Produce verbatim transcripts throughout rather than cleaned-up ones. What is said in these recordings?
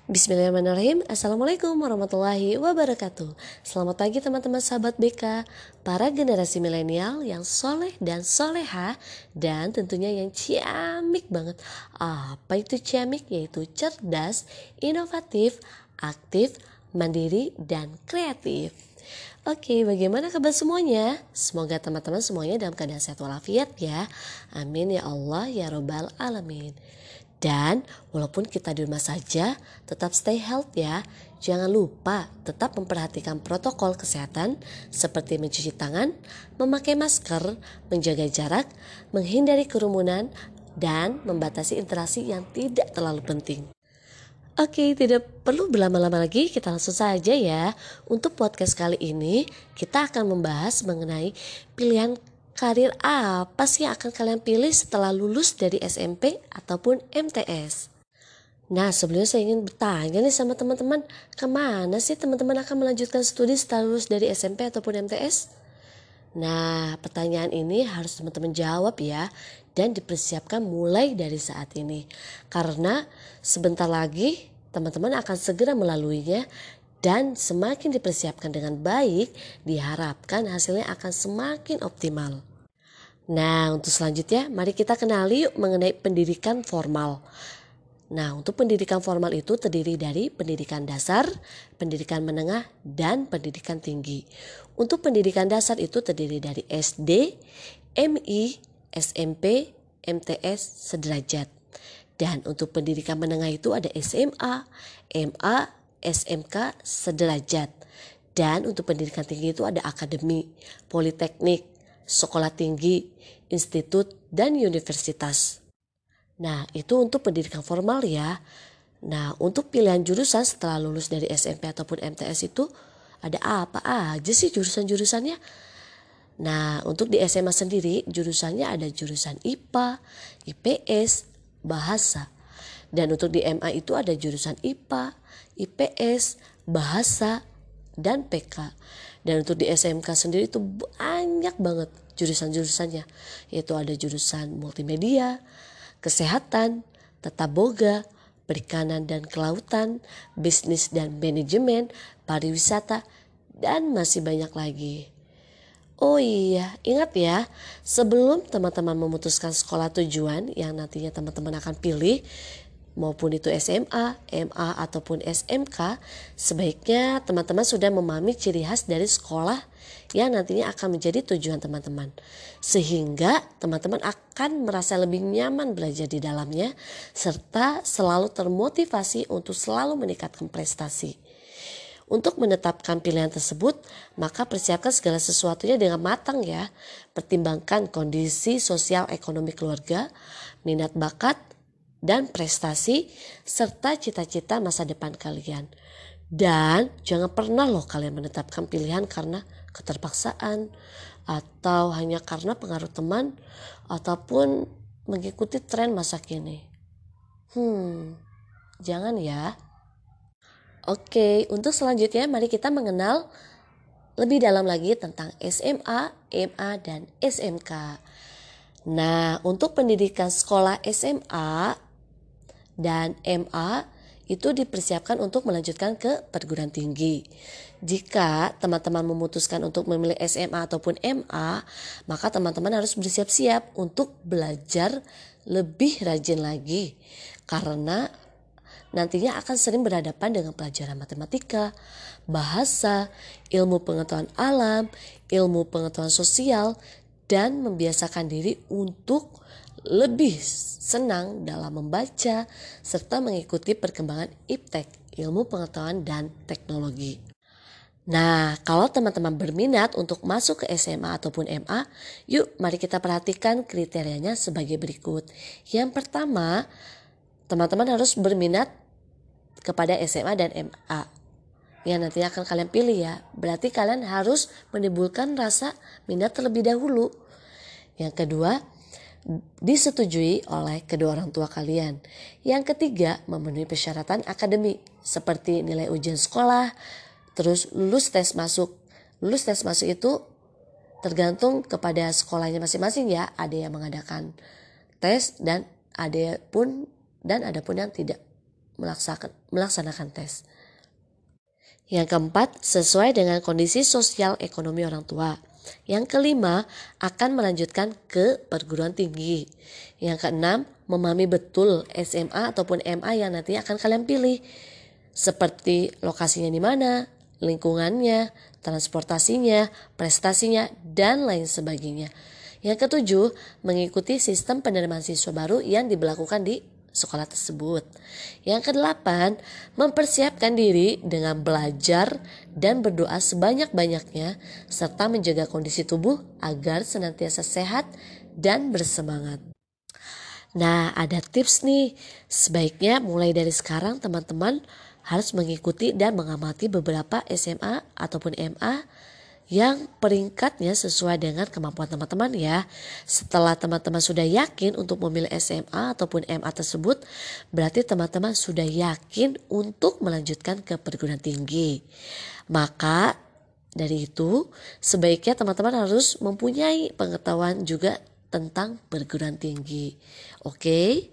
Bismillahirrahmanirrahim. Assalamualaikum warahmatullahi wabarakatuh. Selamat pagi teman-teman sahabat B K, para generasi milenial yang soleh dan soleha, dan tentunya yang ciamik banget. Apa itu ciamik? Yaitu cerdas, inovatif, aktif, mandiri, dan kreatif. Oke, bagaimana kabar semuanya? Semoga teman-teman semuanya dalam keadaan sehat walafiat ya. Amin ya Allah ya Robbal Alamin. Dan walaupun kita di rumah saja, tetap stay health ya. Jangan lupa tetap memperhatikan protokol kesehatan seperti mencuci tangan, memakai masker, menjaga jarak, menghindari kerumunan, dan membatasi interaksi yang tidak terlalu penting. Oke, tidak perlu berlama-lama lagi, kita langsung saja ya. Untuk podcast kali ini, kita akan membahas mengenai pilihan karir apa sih yang akan kalian pilih setelah lulus dari S M P ataupun M T S. Nah, sebelumnya saya ingin bertanya nih sama teman-teman, kemana sih teman-teman akan melanjutkan studi setelah lulus dari S M P ataupun M T S? Nah, pertanyaan ini harus teman-teman jawab ya, dan dipersiapkan mulai dari saat ini. Karena sebentar lagi teman-teman akan segera melaluinya, dan semakin dipersiapkan dengan baik, diharapkan hasilnya akan semakin optimal. Nah, untuk selanjutnya mari kita kenali yuk mengenai pendidikan formal. Nah, untuk pendidikan formal itu terdiri dari pendidikan dasar, pendidikan menengah, dan pendidikan tinggi. Untuk pendidikan dasar itu terdiri dari S D, M I, S M P, M T S sederajat. Dan untuk pendidikan menengah itu ada S M A, M A, S M K sederajat. Dan untuk pendidikan tinggi itu ada akademi, politeknik, sekolah tinggi, institut, dan universitas. Nah, itu untuk pendidikan formal ya. Nah, untuk pilihan jurusan setelah lulus dari S M P ataupun M T S itu ada apa aja sih jurusan-jurusannya? Nah, untuk di S M A sendiri jurusannya ada jurusan I P A, I P S, bahasa. Dan untuk di M A itu ada jurusan I P A, I P S, bahasa, dan P K. Dan untuk di S M K sendiri itu banyak banget jurusan-jurusannya. Yaitu ada jurusan multimedia, kesehatan, tata boga, perikanan dan kelautan, bisnis dan manajemen, pariwisata, dan masih banyak lagi. Oh iya, ingat ya, sebelum teman-teman memutuskan sekolah tujuan yang nantinya teman-teman akan pilih, maupun itu S M A, M A, ataupun S M K, sebaiknya teman-teman sudah memahami ciri khas dari sekolah yang nantinya akan menjadi tujuan teman-teman. Sehingga teman-teman akan merasa lebih nyaman belajar di dalamnya, serta selalu termotivasi untuk selalu meningkatkan prestasi. Untuk menetapkan pilihan tersebut, maka persiapkan segala sesuatunya dengan matang ya. Pertimbangkan kondisi sosial ekonomi keluarga, minat bakat, dan prestasi, serta cita-cita masa depan kalian. Dan jangan pernah loh kalian menetapkan pilihan karena keterpaksaan, atau hanya karena pengaruh teman, ataupun mengikuti tren masa kini. Hmm, jangan ya. Oke, untuk selanjutnya mari kita mengenal lebih dalam lagi tentang S M A, M A, dan S M K. Nah, untuk pendidikan sekolah S M A dan M A itu dipersiapkan untuk melanjutkan ke perguruan tinggi. Jika teman-teman memutuskan untuk memilih S M A ataupun M A, maka teman-teman harus bersiap-siap untuk belajar lebih rajin lagi. Karena nantinya akan sering berhadapan dengan pelajaran matematika, bahasa, ilmu pengetahuan alam, ilmu pengetahuan sosial, dan membiasakan diri untuk lebih senang dalam membaca serta mengikuti perkembangan iptek, ilmu pengetahuan dan teknologi. Nah, kalau teman-teman berminat untuk masuk ke S M A ataupun M A, yuk mari kita perhatikan kriterianya sebagai berikut. Yang pertama, teman-teman harus berminat kepada S M A dan M A yang nantinya akan kalian pilih ya. Berarti kalian harus menimbulkan rasa minat terlebih dahulu. Yang kedua, disetujui oleh kedua orang tua kalian. Yang ketiga, memenuhi persyaratan akademik seperti nilai ujian sekolah, terus lulus tes masuk. Lulus tes masuk itu tergantung kepada sekolahnya masing-masing ya. Ada yang mengadakan tes dan ada pun dan ada pun yang tidak melaksanakan, melaksanakan tes. Yang keempat, sesuai dengan kondisi sosial ekonomi orang tua. Yang kelima, akan melanjutkan ke perguruan tinggi. Yang keenam, memahami betul S M A ataupun M A yang nanti akan kalian pilih. Seperti lokasinya di mana, lingkungannya, transportasinya, prestasinya, dan lain sebagainya. Yang ketujuh, mengikuti sistem penerimaan siswa baru yang diberlakukan di sekolah tersebut. Yang kedelapan, mempersiapkan diri dengan belajar dan berdoa sebanyak-banyaknya serta menjaga kondisi tubuh agar senantiasa sehat dan bersemangat. Nah, ada tips nih. Sebaiknya mulai dari sekarang teman-teman harus mengikuti dan mengamati beberapa S M A ataupun M A yang peringkatnya sesuai dengan kemampuan teman-teman ya. Setelah teman-teman sudah yakin untuk memilih S M A ataupun M A tersebut, berarti teman-teman sudah yakin untuk melanjutkan ke perguruan tinggi. Maka dari itu sebaiknya teman-teman harus mempunyai pengetahuan juga tentang perguruan tinggi. Oke?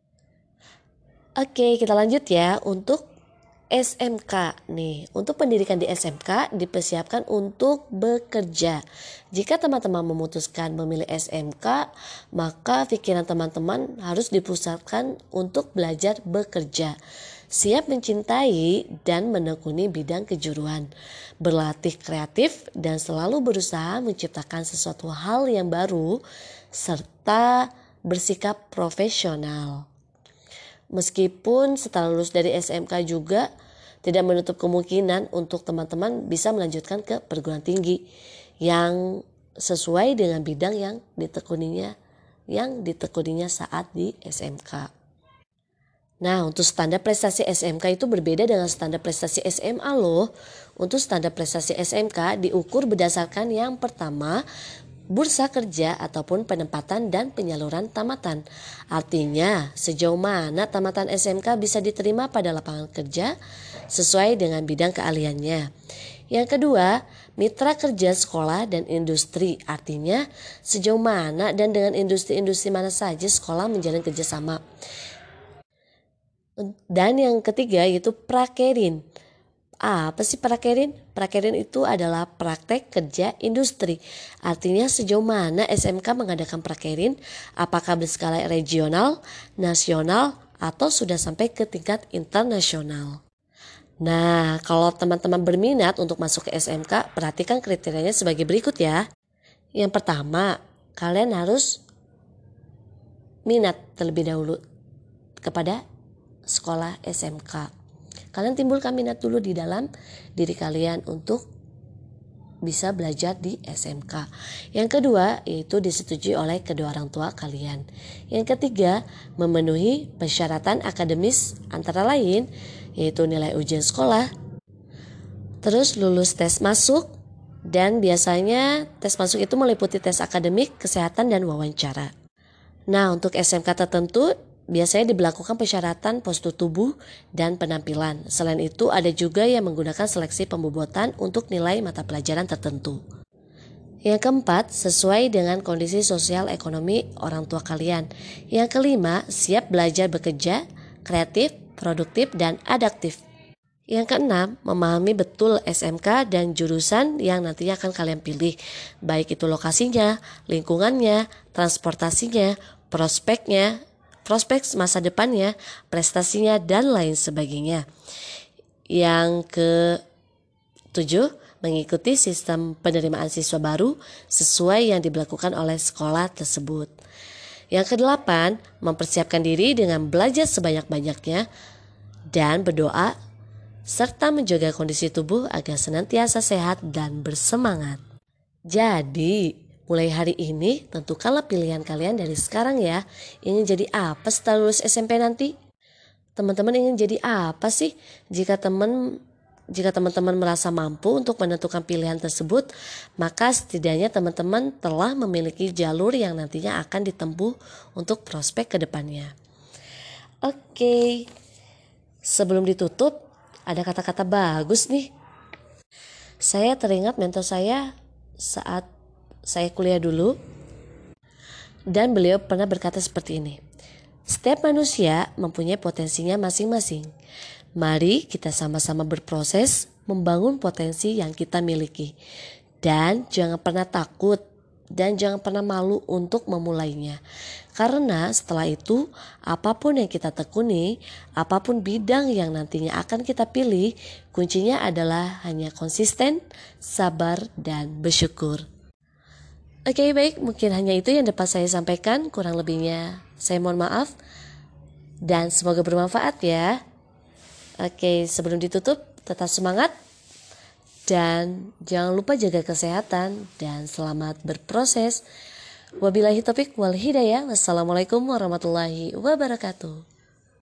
Oke, kita lanjut ya untuk S M K nih. Untuk pendidikan di S M K dipersiapkan untuk bekerja. Jika teman-teman memutuskan memilih S M K, maka pikiran teman-teman harus dipusatkan untuk belajar bekerja. Siap mencintai dan menekuni bidang kejuruan. Berlatih kreatif dan selalu berusaha menciptakan sesuatu hal yang baru serta bersikap profesional. Meskipun setelah lulus dari S M K juga tidak menutup kemungkinan untuk teman-teman bisa melanjutkan ke perguruan tinggi yang sesuai dengan bidang yang ditekuninya yang ditekuninya saat di S M K. Nah, untuk standar prestasi S M K itu berbeda dengan standar prestasi S M A loh. Untuk standar prestasi S M K diukur berdasarkan yang pertama, bursa kerja ataupun penempatan dan penyaluran tamatan. Artinya sejauh mana tamatan S M K bisa diterima pada lapangan kerja sesuai dengan bidang keahliannya. Yang kedua, mitra kerja sekolah dan industri. Artinya sejauh mana dan dengan industri-industri mana saja sekolah menjalin kerjasama. Dan yang ketiga yaitu prakerin. Apa sih prakerin? Prakerin itu adalah praktek kerja industri. Artinya sejauh mana S M K mengadakan prakerin, apakah berskala regional, nasional, atau sudah sampai ke tingkat internasional. Nah, kalau teman-teman berminat untuk masuk ke S M K, perhatikan kriterianya sebagai berikut ya. Yang pertama, kalian harus minat terlebih dahulu kepada sekolah S M K. Kalian timbulkan minat dulu di dalam diri kalian untuk bisa belajar di S M K. Yang kedua, yaitu disetujui oleh kedua orang tua kalian. Yang ketiga, memenuhi persyaratan akademis antara lain yaitu nilai ujian sekolah, terus lulus tes masuk, dan biasanya tes masuk itu meliputi tes akademik, kesehatan, dan wawancara. Nah, untuk S M K tertentu biasanya diberlakukan persyaratan postur tubuh dan penampilan. Selain itu ada juga yang menggunakan seleksi pembobotan untuk nilai mata pelajaran tertentu. Yang keempat, sesuai dengan kondisi sosial ekonomi orang tua kalian. Yang kelima, siap belajar bekerja, kreatif, produktif, dan adaptif. Yang keenam, memahami betul S M K dan jurusan yang nantinya akan kalian pilih. Baik itu lokasinya, lingkungannya, transportasinya, prospeknya, prospek masa depannya, prestasinya, dan lain sebagainya. Yang ketujuh, mengikuti sistem penerimaan siswa baru sesuai yang diberlakukan oleh sekolah tersebut. Yang kedelapan, mempersiapkan diri dengan belajar sebanyak-banyaknya dan berdoa serta menjaga kondisi tubuh agar senantiasa sehat dan bersemangat. Jadi, mulai hari ini tentukanlah pilihan kalian dari sekarang ya. Ingin jadi apa setelah lulus S M P nanti? Teman-teman ingin jadi apa sih? Jika teman jika teman-teman merasa mampu untuk menentukan pilihan tersebut, maka setidaknya teman-teman telah memiliki jalur yang nantinya akan ditempuh untuk prospek ke depannya. Oke. Sebelum ditutup, ada kata-kata bagus nih. Saya teringat mentor saya saat saya kuliah dulu, dan beliau pernah berkata seperti ini. Setiap manusia mempunyai potensinya masing-masing. Mari kita sama-sama berproses membangun potensi yang kita miliki. Dan jangan pernah takut dan jangan pernah malu untuk memulainya. Karena setelah itu, apapun yang kita tekuni, apapun bidang yang nantinya akan kita pilih, kuncinya adalah hanya konsisten, sabar, dan bersyukur. Oke, baik, mungkin hanya itu yang dapat saya sampaikan. Kurang lebihnya saya mohon maaf dan semoga bermanfaat ya. Oke, sebelum ditutup tetap semangat dan jangan lupa jaga kesehatan dan selamat berproses. Wabillahi taufiq wal hidayah. Wassalamualaikum warahmatullahi wabarakatuh.